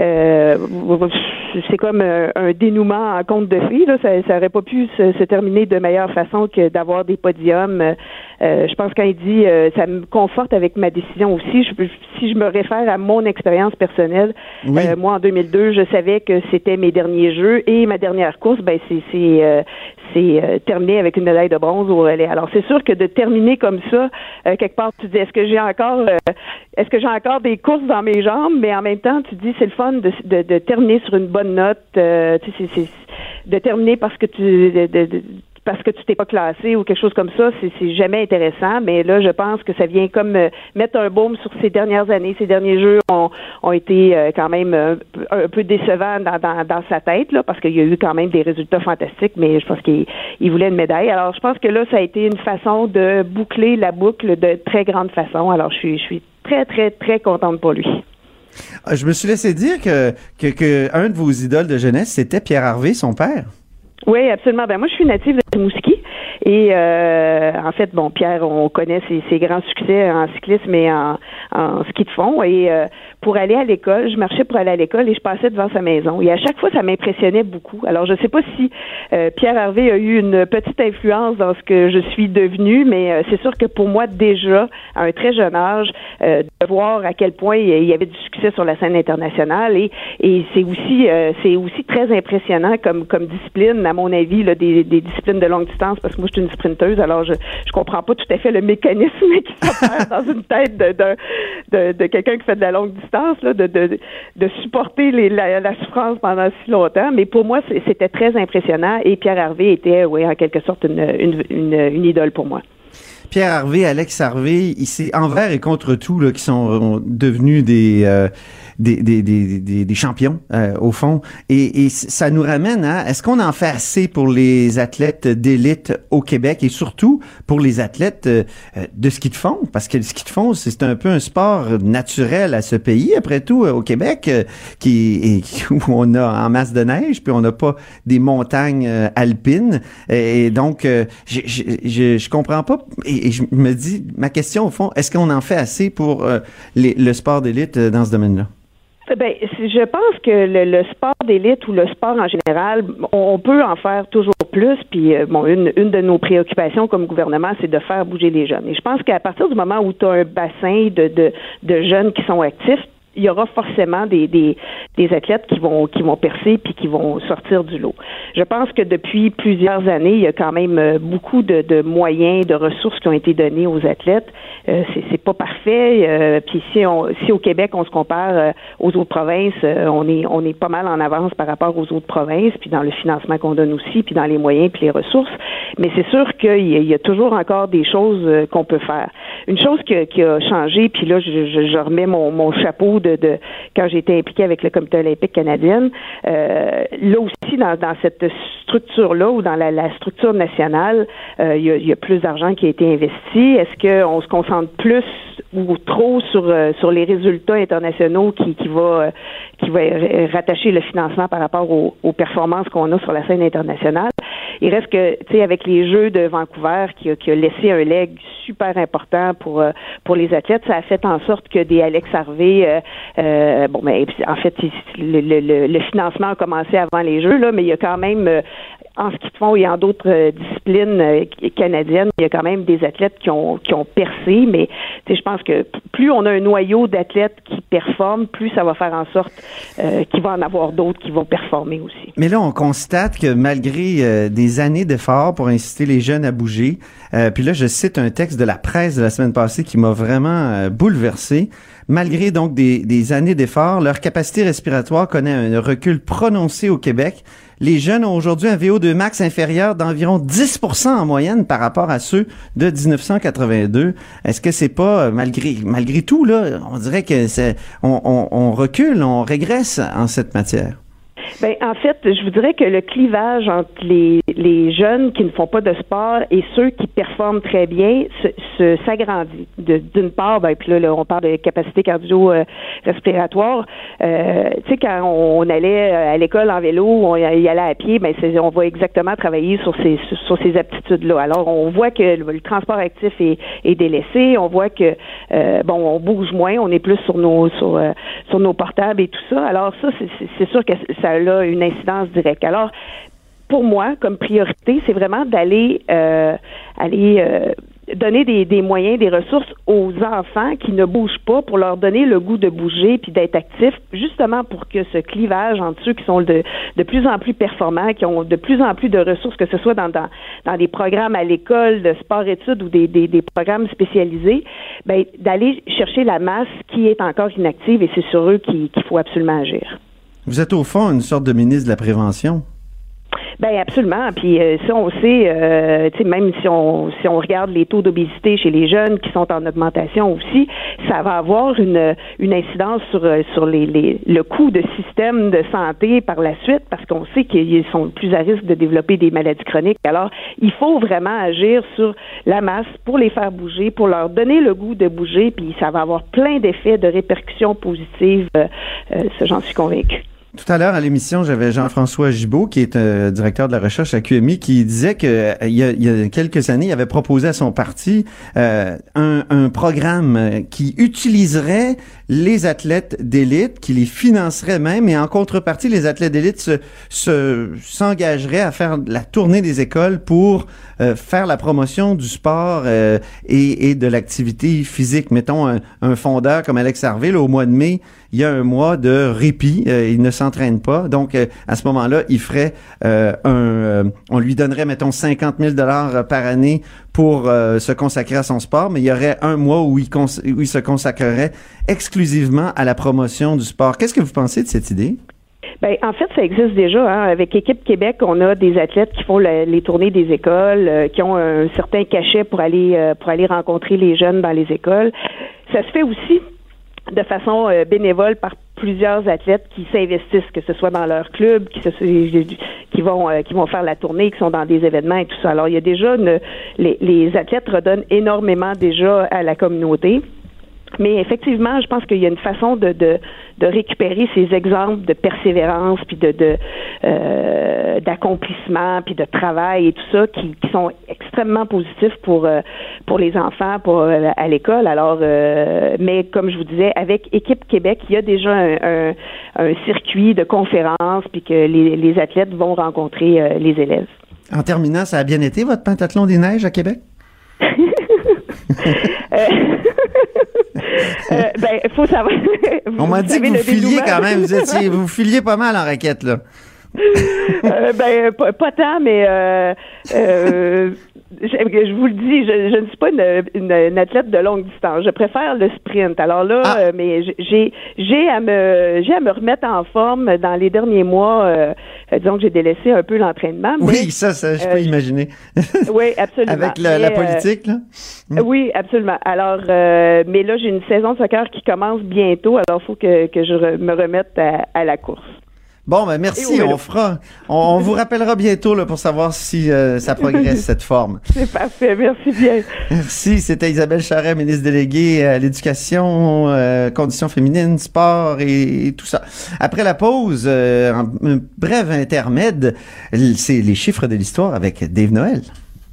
C'est comme un dénouement en conte de fées, là. Ça aurait pas pu se terminer de meilleure façon que d'avoir des podiums. Je pense quand il dit ça me conforte avec ma décision aussi. Si je me réfère à mon expérience personnelle, oui. Moi en 2002, je savais que c'était mes derniers Jeux et ma dernière course, c'est terminé avec une médaille de bronze au relais. Alors c'est sûr que de terminer comme ça, quelque part tu dis est-ce que j'ai encore des courses dans mes jambes, mais en même temps tu dis c'est le fun de terminer sur une bonne note, c'est de terminer parce que tu t'es pas classé ou quelque chose comme ça, c'est jamais intéressant, mais là je pense que ça vient comme mettre un baume sur ces dernières années. Ces derniers Jeux ont été quand même un peu décevants dans sa tête, là, parce qu'il y a eu quand même des résultats fantastiques, mais je pense qu'il voulait une médaille. Alors je pense que là ça a été une façon de boucler la boucle de très grande façon. Alors je suis très très très contente pour lui. Je me suis laissé dire que un de vos idoles de jeunesse, c'était Pierre Harvey, son père. Oui, absolument. Ben moi, je suis native de Rimouski et en fait, Pierre, on connaît ses grands succès en cyclisme et en ski de fond. Et pour aller à l'école, je marchais pour aller à l'école et je passais devant sa maison. Et à chaque fois, ça m'impressionnait beaucoup. Alors, je sais pas si Pierre Harvey a eu une petite influence dans ce que je suis devenue, mais c'est sûr que pour moi, déjà, à un très jeune âge, de voir à quel point il y avait du succès sur la scène internationale et c'est aussi très impressionnant comme discipline, à mon avis, là, des disciplines de longue distance, parce que moi, je suis une sprinteuse, alors je comprends pas tout à fait le mécanisme qui s'opère dans une tête de quelqu'un qui fait de la longue distance, là, de supporter la souffrance pendant si longtemps. Mais pour moi, c'était très impressionnant et Pierre Harvey était, oui, en quelque sorte, une idole pour moi. Pierre Harvey, Alex Harvey, c'est envers et contre tout là, qui sont devenus des champions au fond. Et ça nous ramène à est-ce qu'on en fait assez pour les athlètes d'élite au Québec et surtout pour les athlètes de ski de fond? Parce que le ski de fond, c'est un peu un sport naturel à ce pays, après tout, au Québec, où on a en masse de neige, puis on n'a pas des montagnes alpines. Et donc, je comprends pas. Et je me dis, ma question au fond, est-ce qu'on en fait assez pour le sport d'élite dans ce domaine-là? Ben, je pense que le sport d'élite ou le sport en général, on peut en faire toujours plus. Puis, une de nos préoccupations comme gouvernement, c'est de faire bouger les jeunes. Et je pense qu'à partir du moment où tu as un bassin de jeunes qui sont actifs, il y aura forcément des athlètes qui vont percer puis qui vont sortir du lot. Je pense que depuis plusieurs années, il y a quand même beaucoup de moyens, de ressources qui ont été donnés aux athlètes. C'est pas parfait. Puis si au Québec on se compare aux autres provinces, on est pas mal en avance par rapport aux autres provinces, puis dans le financement qu'on donne aussi, puis dans les moyens puis les ressources. Mais c'est sûr qu'il y a toujours encore des choses qu'on peut faire. Une chose qui a changé, puis là je remets mon chapeau de quand j'ai été impliquée avec le Comité olympique canadien, là aussi dans cette structure-là ou dans la structure nationale, il y a plus d'argent qui a été investi. Est-ce qu'on se concentre plus ou trop sur les résultats internationaux qui va rattacher le financement par rapport aux performances qu'on a sur la scène internationale? Il reste que, tu sais, avec les Jeux de Vancouver qui a laissé un leg super important pour les athlètes, ça a fait en sorte que des Alex Harvey, en fait, le financement a commencé avant les Jeux, là, mais il y a quand même en ski de fond et en d'autres disciplines canadiennes, il y a quand même des athlètes qui ont percé, mais je pense que plus on a un noyau d'athlètes qui performent, plus ça va faire en sorte qu'il va en avoir d'autres qui vont performer aussi. Mais là, on constate que malgré des années d'efforts pour inciter les jeunes à bouger, puis là, je cite un texte de la presse de la semaine passée qui m'a vraiment bouleversé. malgré donc des années d'efforts, leur capacité respiratoire connaît un recul prononcé au Québec. Les jeunes ont aujourd'hui un VO2 max inférieur d'environ 10% en moyenne par rapport à ceux de 1982. Est-ce que c'est pas, malgré tout, là, on dirait que on recule, on régresse en cette matière? Ben, en fait, je vous dirais que le clivage entre les jeunes qui ne font pas de sport et ceux qui performent très bien s'agrandit. D'une part, ben, puis là, on parle de capacité cardio-respiratoire. Tu sais, quand on allait à l'école en vélo, on y allait à pied, ben, on va exactement travailler sur ces aptitudes-là. Alors, on voit que le transport actif est délaissé. On voit que, on bouge moins. On est plus sur nos portables et tout ça. Alors, ça, c'est sûr que ça a une incidence directe. Alors, pour moi, comme priorité, c'est vraiment d'aller donner des moyens, des ressources aux enfants qui ne bougent pas pour leur donner le goût de bouger puis d'être actifs, justement pour que ce clivage entre ceux qui sont de plus en plus performants, qui ont de plus en plus de ressources, que ce soit dans des programmes à l'école de sport-études ou des programmes spécialisés, ben, d'aller chercher la masse qui est encore inactive, et c'est sur eux qu'il faut absolument agir. Vous êtes au fond une sorte de ministre de la prévention. Ben absolument. Puis ça, on sait, tu sais, même si on regarde les taux d'obésité chez les jeunes qui sont en augmentation aussi, ça va avoir une incidence sur le coût de système de santé par la suite, parce qu'on sait qu'ils sont plus à risque de développer des maladies chroniques. Alors, il faut vraiment agir sur la masse pour les faire bouger, pour leur donner le goût de bouger, puis ça va avoir plein d'effets, de répercussions positives. Ça, j'en suis convaincue. Tout à l'heure, à l'émission, j'avais Jean-François Gibault, qui est directeur de la recherche à QMI, qui disait que il y a quelques années, il avait proposé à son parti un programme qui utiliserait les athlètes d'élite, qui les financerait même, et en contrepartie, les athlètes d'élite s'engageraient à faire la tournée des écoles pour faire la promotion du sport et de l'activité physique. Mettons un fondeur comme Alex Harvey, là, au mois de mai, il y a un mois de répit, il ne s'entraîne pas. Donc, à ce moment-là, il ferait on lui donnerait, mettons, 50 000 $ par année pour se consacrer à son sport, mais il y aurait un mois où il se consacrerait exclusivement à la promotion du sport. Qu'est-ce que vous pensez de cette idée? Ben, en fait, ça existe déjà. Hein. Avec Équipe Québec, on a des athlètes qui font les tournées des écoles, qui ont un certain cachet pour aller rencontrer les jeunes dans les écoles. Ça se fait aussi de façon bénévole par plusieurs athlètes qui s'investissent, que ce soit dans leur club, qui vont faire la tournée, qui sont dans des événements et tout ça. Alors, il y a déjà les athlètes redonnent énormément déjà à la communauté. Mais effectivement, je pense qu'il y a une façon de récupérer ces exemples de persévérance, puis d'accomplissement, puis de travail et tout ça, qui sont extrêmement positifs pour les enfants, à l'école. Alors, mais comme je vous disais, avec Équipe Québec, il y a déjà un circuit de conférences, puis que les athlètes vont rencontrer les élèves. En terminant, ça a bien été votre pentathlon des neiges à Québec? Faut savoir. On m'a dit que vous filiez quand même. Vous filiez pas mal en raquette, là. Pas tant, mais je vous le dis, je ne suis pas une athlète de longue distance. Je préfère le sprint. Alors là, mais j'ai à me remettre en forme dans les derniers mois. Disons que j'ai délaissé un peu l'entraînement. Oui, ça je peux imaginer. Oui, absolument. Avec la politique, là. Oui, absolument. Alors, mais là, j'ai une saison de soccer qui commence bientôt. Alors, il faut que je me remette à la course. Bon, ben merci, on vous rappellera bientôt là, pour savoir si ça progresse, cette forme. C'est parfait, merci bien. Merci, c'était Isabelle Charest, ministre déléguée à l'éducation, conditions féminines, sport et tout ça. Après la pause, un bref intermède, c'est les chiffres de l'histoire avec Dave Noël.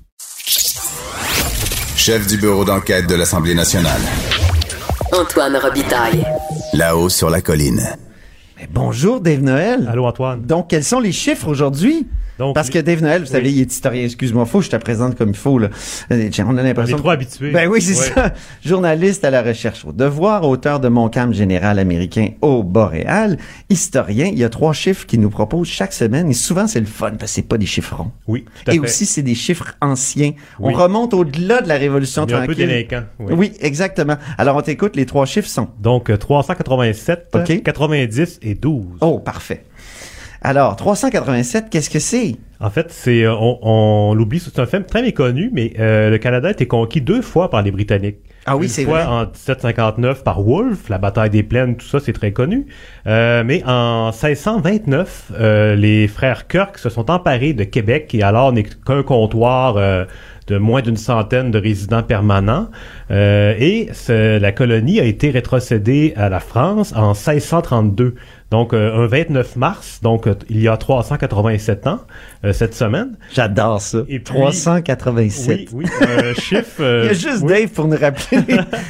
Chef du bureau d'enquête de l'Assemblée nationale. Antoine Robitaille. Là-haut sur la colline. Bonjour Dave Noël. Allô Antoine. Donc, quels sont les chiffres aujourd'hui? Donc, Parce que Dave Noël, vous savez, il est historien. Excuse-moi, faut que je te présente comme il faut, là. On a l'impression. On est trop habitués. Ben oui, c'est ça. Journaliste à la recherche au devoir, auteur de Montcalm général américain au Boréal, historien. Il y a 3 chiffres qu'il nous propose chaque semaine. Et souvent, c'est le fun, parce que c'est pas des chiffres ronds. Oui, tout à fait. Et aussi, c'est des chiffres anciens. Oui. On remonte au-delà de la Révolution On est tranquille. un peu délinquant. Oui, exactement. Alors, on t'écoute. Les 3 chiffres sont. Donc, 387, 90 et 12. Oh, parfait. Alors, 387, qu'est-ce que c'est? En fait, c'est on l'oublie, c'est un film très méconnu, mais le Canada a été conquis 2 fois par les Britanniques. Ah oui, c'est vrai. Une fois en 1759 par Wolfe, la bataille des Plaines, tout ça, c'est très connu. Mais en 1629, les frères Kirk se sont emparés de Québec, qui alors n'est qu'un comptoir de moins d'une centaine de résidents permanents. Et la colonie a été rétrocédée à la France en 1632. Donc, un 29 mars, donc il y a 387 ans, cette semaine. J'adore ça. Et puis, 387. Oui, chiffre... il y a juste Dave pour nous rappeler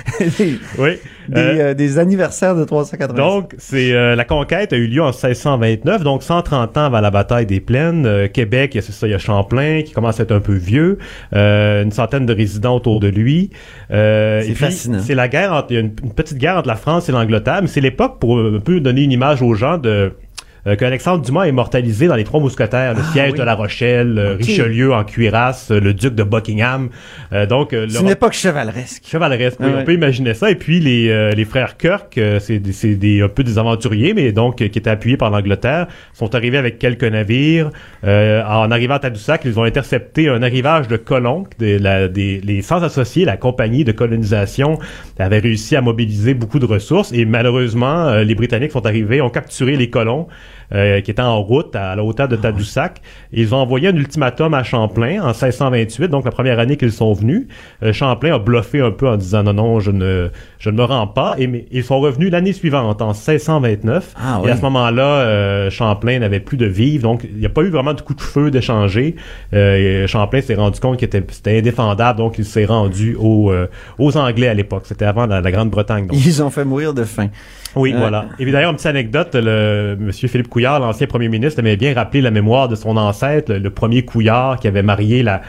des anniversaires de 387. Donc, la conquête a eu lieu en 1629, donc 130 ans avant la bataille des Plaines. Québec, il y a Champlain qui commence à être un peu vieux, une centaine de résidents autour de lui. C'est fascinant. C'est la guerre, il y a une petite guerre entre la France et l'Angleterre, mais c'est l'époque pour un peu donner une image aux gens qu'Alexandre Dumas est immortalisé dans Les Trois Mousquetaires, le siège de La Rochelle, Richelieu en cuirasse, le duc de Buckingham. C'est une époque chevaleresque. Chevaleresque, oui, on peut imaginer ça. Et puis les frères Kirk, c'est un peu des aventuriers, mais donc qui étaient appuyés par l'Angleterre, sont arrivés avec quelques navires. En arrivant à Tadoussac, ils ont intercepté un arrivage de colons. Les sans associés, la compagnie de colonisation, avait réussi à mobiliser beaucoup de ressources. Et malheureusement, les Britanniques sont arrivés, ont capturé les colons. Qui étaient en route à la hauteur de Tadoussac. Ils ont envoyé un ultimatum à Champlain en 1628, donc la première année qu'ils sont venus. Champlain a bluffé un peu en disant non, je ne me rends pas. Mais ils sont revenus l'année suivante, en 1629. Et à ce moment-là, Champlain n'avait plus de vivres, donc il n'y a pas eu vraiment de coup de feu d'échanger. Champlain s'est rendu compte que c'était indéfendable, donc il s'est rendu aux Anglais à l'époque. C'était avant la Grande-Bretagne. Donc. Ils ont fait mourir de faim. Oui, voilà. Et puis d'ailleurs, une petite anecdote, Monsieur Philippe Couillard, l'ancien premier ministre, aimait bien rappeler la mémoire de son ancêtre, le premier Couillard qui avait marié la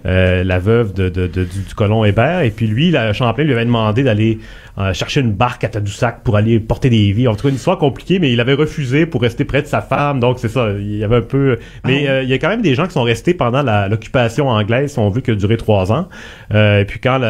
veuve du colon Hébert. Et puis lui, Champlain lui avait demandé d'aller chercher une barque à Tadoussac pour aller porter des vies. En tout cas, une histoire compliquée, mais il avait refusé pour rester près de sa femme. Donc, c'est ça. Il y avait un peu... Mais il y a quand même des gens qui sont restés pendant l'occupation anglaise, si on veut, qui a duré 3 ans. Et puis quand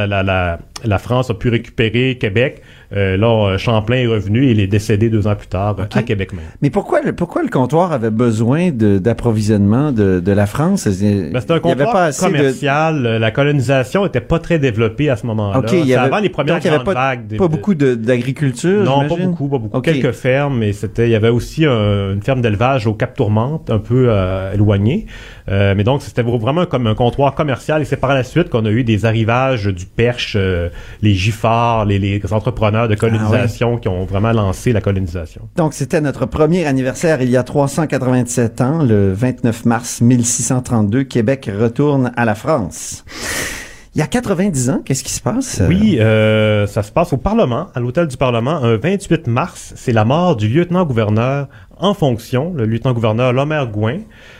la France a pu récupérer Québec, là, Champlain est revenu et il est décédé 2 ans plus tard à Québec même. Mais pourquoi le comptoir avait besoin d'approvisionnement de la France? C'était un comptoir commercial. La colonisation était pas très développée à ce moment-là. C'est avant les premières grandes vagues. Pas beaucoup d'agriculture, non, j'imagine? pas beaucoup. Quelques fermes, mais il y avait aussi une ferme d'élevage au Cap Tourmente, un peu éloignée. Mais donc, c'était vraiment comme un comptoir commercial. Et c'est par la suite qu'on a eu des arrivages du Perche, les Giffards, les entrepreneurs de colonisation qui ont vraiment lancé la colonisation. Donc, c'était notre premier anniversaire il y a 387 ans, le 29 mars 1632. Québec retourne à la France. Il y a 90 ans, qu'est-ce qui se passe? Oui, ça se passe au Parlement, à l'hôtel du Parlement, un 28 mars. C'est la mort du lieutenant-gouverneur en fonction, le lieutenant-gouverneur Lomer Gouin.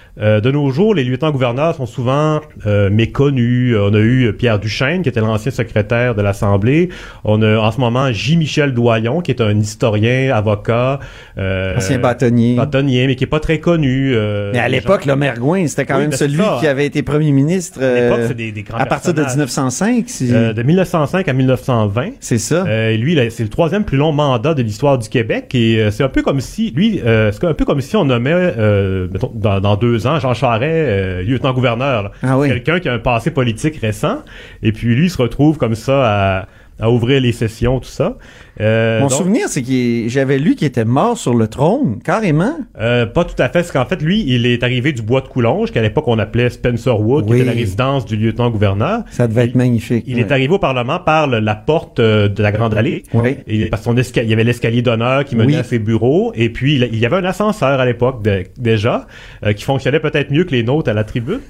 De nos jours, les lieutenants-gouverneurs sont souvent méconnus. On a eu Pierre Duchesne, qui était l'ancien secrétaire de l'Assemblée. On a en ce moment J. Doyon, qui est un historien, avocat. Ancien bâtonnier. Bâtonnier, mais qui est pas très connu. Mais à l'époque, Lomer Gouin, c'était quand même celui qui avait été premier ministre à l'époque, c'est des grands à partir de 1905. De 1905 à 1920. C'est ça. Lui, c'est le 3e plus long mandat de l'histoire du Québec. Et c'est un peu comme si, c'est un peu comme si on nommait, mettons, dans 2 ans, Jean Charest, lieutenant-gouverneur. Quelqu'un qui a un passé politique récent. Et puis lui, il se retrouve comme ça à ouvrir les sessions, tout ça. Mon souvenir, c'est que j'avais lu qu'il était mort sur le trône, carrément. Pas tout à fait. C'est qu'en fait, lui, il est arrivé du bois de Coulonges, qu'à l'époque, on appelait Spencer Wood, qui était la résidence du lieutenant-gouverneur. Ça devait être magnifique. Il est arrivé au Parlement par la porte de la Grande Allée. Et parce qu'il y avait l'escalier d'honneur qui menait à ses bureaux. Et puis, il y avait un ascenseur à l'époque, déjà, qui fonctionnait peut-être mieux que les nôtres à la tribune.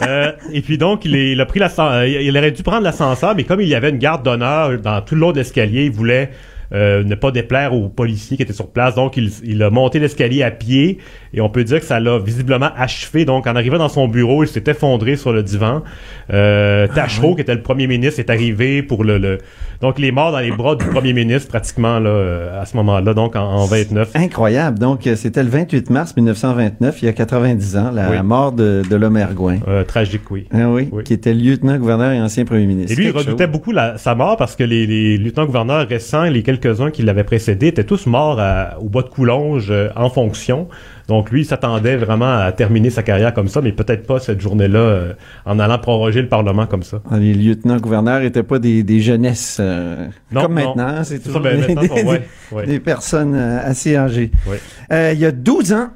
Et puis donc, il a pris il aurait dû prendre l'ascenseur, mais comme il y avait une garde d'honneur dans tout le long de l'escalier, il voulait ne pas déplaire aux policiers qui étaient sur place. Donc, il a monté l'escalier à pied et on peut dire que ça l'a visiblement achevé. Donc, en arrivant dans son bureau, il s'est effondré sur le divan. Tachereau, qui était le premier ministre, est arrivé pour donc, il est mort dans les bras du premier ministre pratiquement là, à ce moment-là, donc en 29. Incroyable. Donc, c'était le 28 mars 1929, il y a 90 ans, la mort de l'homme Ergoin. Tragique, oui. Ah oui, qui était lieutenant-gouverneur et ancien premier ministre. Et lui, il redoutait beaucoup sa mort parce que les lieutenants-gouverneurs récents, les quelques-uns qui l'avaient précédé, étaient tous morts au bois de Coulonges en fonction. Donc, lui, il s'attendait vraiment à terminer sa carrière comme ça, mais peut-être pas cette journée-là en allant proroger le Parlement comme ça. Les lieutenants-gouverneurs n'étaient pas des jeunesses non, comme non. maintenant. C'est toujours des personnes assez âgées. Ouais. Il y a 12 ans,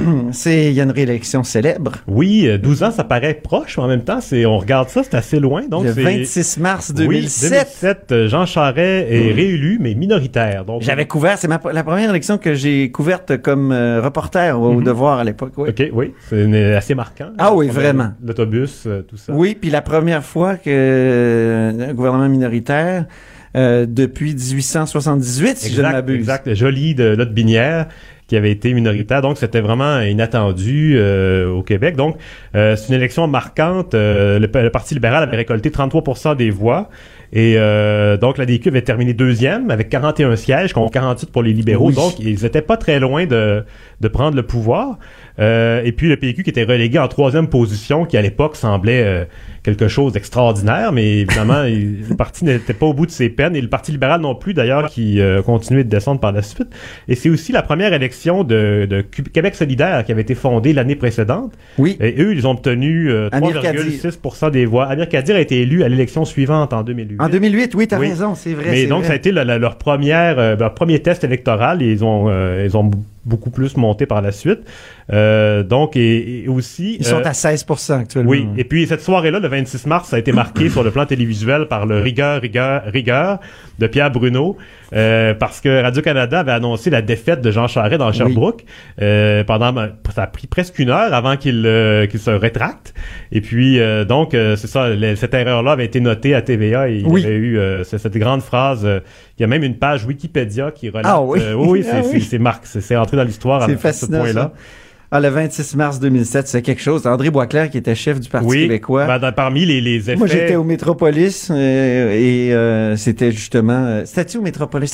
il y a une réélection célèbre. Oui, 12 ans, ça paraît proche, mais en même temps, on regarde ça, c'est assez loin. Donc, le 26 mars 2007. Oui, 2007, Jean Charest est réélu, mais minoritaire. Donc, j'avais couvert, c'est la première élection que j'ai couverte comme reporter au Devoir à l'époque. Oui. OK, oui, c'est assez marquant. Ah oui, vraiment. L'autobus, tout ça. Oui, puis la première fois que un gouvernement minoritaire depuis 1878, si je ne m'abuse. Exact, Joly de Lotbinière, qui avait été minoritaire. Donc, c'était vraiment inattendu au Québec. Donc, c'est une élection marquante. Le Parti libéral avait récolté 33% des voix. Et donc, la DQ avait terminé deuxième avec 41 sièges contre 48 pour les libéraux. Oui. Donc, ils étaient pas très loin de prendre le pouvoir. Et puis, le PQ qui était relégué en troisième position, qui à l'époque semblait quelque chose d'extraordinaire, mais évidemment, le parti n'était pas au bout de ses peines, et le Parti libéral non plus, d'ailleurs, qui continuait de descendre par la suite. Et c'est aussi la première élection de Québec solidaire qui avait été fondée l'année précédente. Oui. Et eux, ils ont obtenu 3,6% des voix. Amir Kadir a été élu à l'élection suivante en 2008. En 2008, oui, t'as raison, c'est vrai. Mais donc, ça a été leur premier test électoral, et ils ont beaucoup plus monté par la suite. Donc, et aussi... Ils sont à 16% actuellement. Oui, et puis cette soirée-là, le 26 mars, ça a été marqué sur le plan télévisuel par le Rigueur de Pierre Bruno, parce que Radio-Canada avait annoncé la défaite de Jean Charest dans Sherbrooke. Ça a pris presque une heure avant qu'il se rétracte. Et puis, donc, c'est ça, cette erreur-là avait été notée à TVA, et il y avait eu cette grande phrase. Il y a même une page Wikipédia qui relate... Ah oui? C'est entré dans l'histoire à ce point-là. Le 26 mars 2007, c'est quelque chose. André Boisclair, qui était chef du Parti québécois. Parmi les effets... Moi, j'étais au Métropolis et c'était justement... C'était-tu au Métropolis?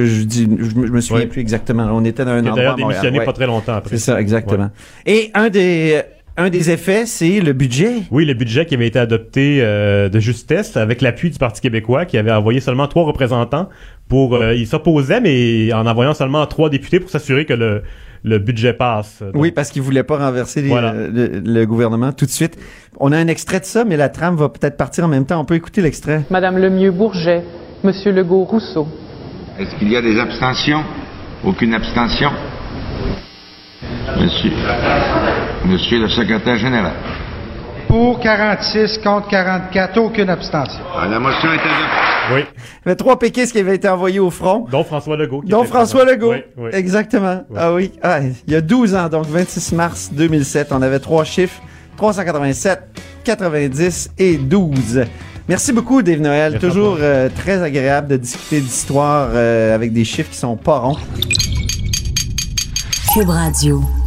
Je me souviens plus exactement. On était dans un endroit d'ailleurs démissionné pas très longtemps après. C'est ça, exactement. Ouais. Et un des effets, c'est le budget. Oui, le budget qui avait été adopté de justesse avec l'appui du Parti québécois, qui avait envoyé seulement 3 représentants il s'opposait, mais en envoyant seulement 3 députés pour s'assurer que le budget passe. Donc. Oui, parce qu'il voulait pas renverser le gouvernement tout de suite. On a un extrait de ça, mais la trame va peut-être partir en même temps. On peut écouter l'extrait. Madame Lemieux-Bourget, Monsieur Legault-Rousseau. Est-ce qu'il y a des abstentions? Aucune abstention? Monsieur le secrétaire général. Pour 46, contre 44, aucune abstention. La motion est adoptée. Oui. Il y avait 3 péquistes qui avaient été envoyés au front. Dont François Legault. Oui. Exactement. Oui. Ah oui. Il y a 12 ans, donc 26 mars 2007, on avait 3 chiffres, 387, 90 et 12. Merci beaucoup, Dave Noël. Merci. Toujours très agréable de discuter d'histoire avec des chiffres qui sont pas ronds. Cube Radio.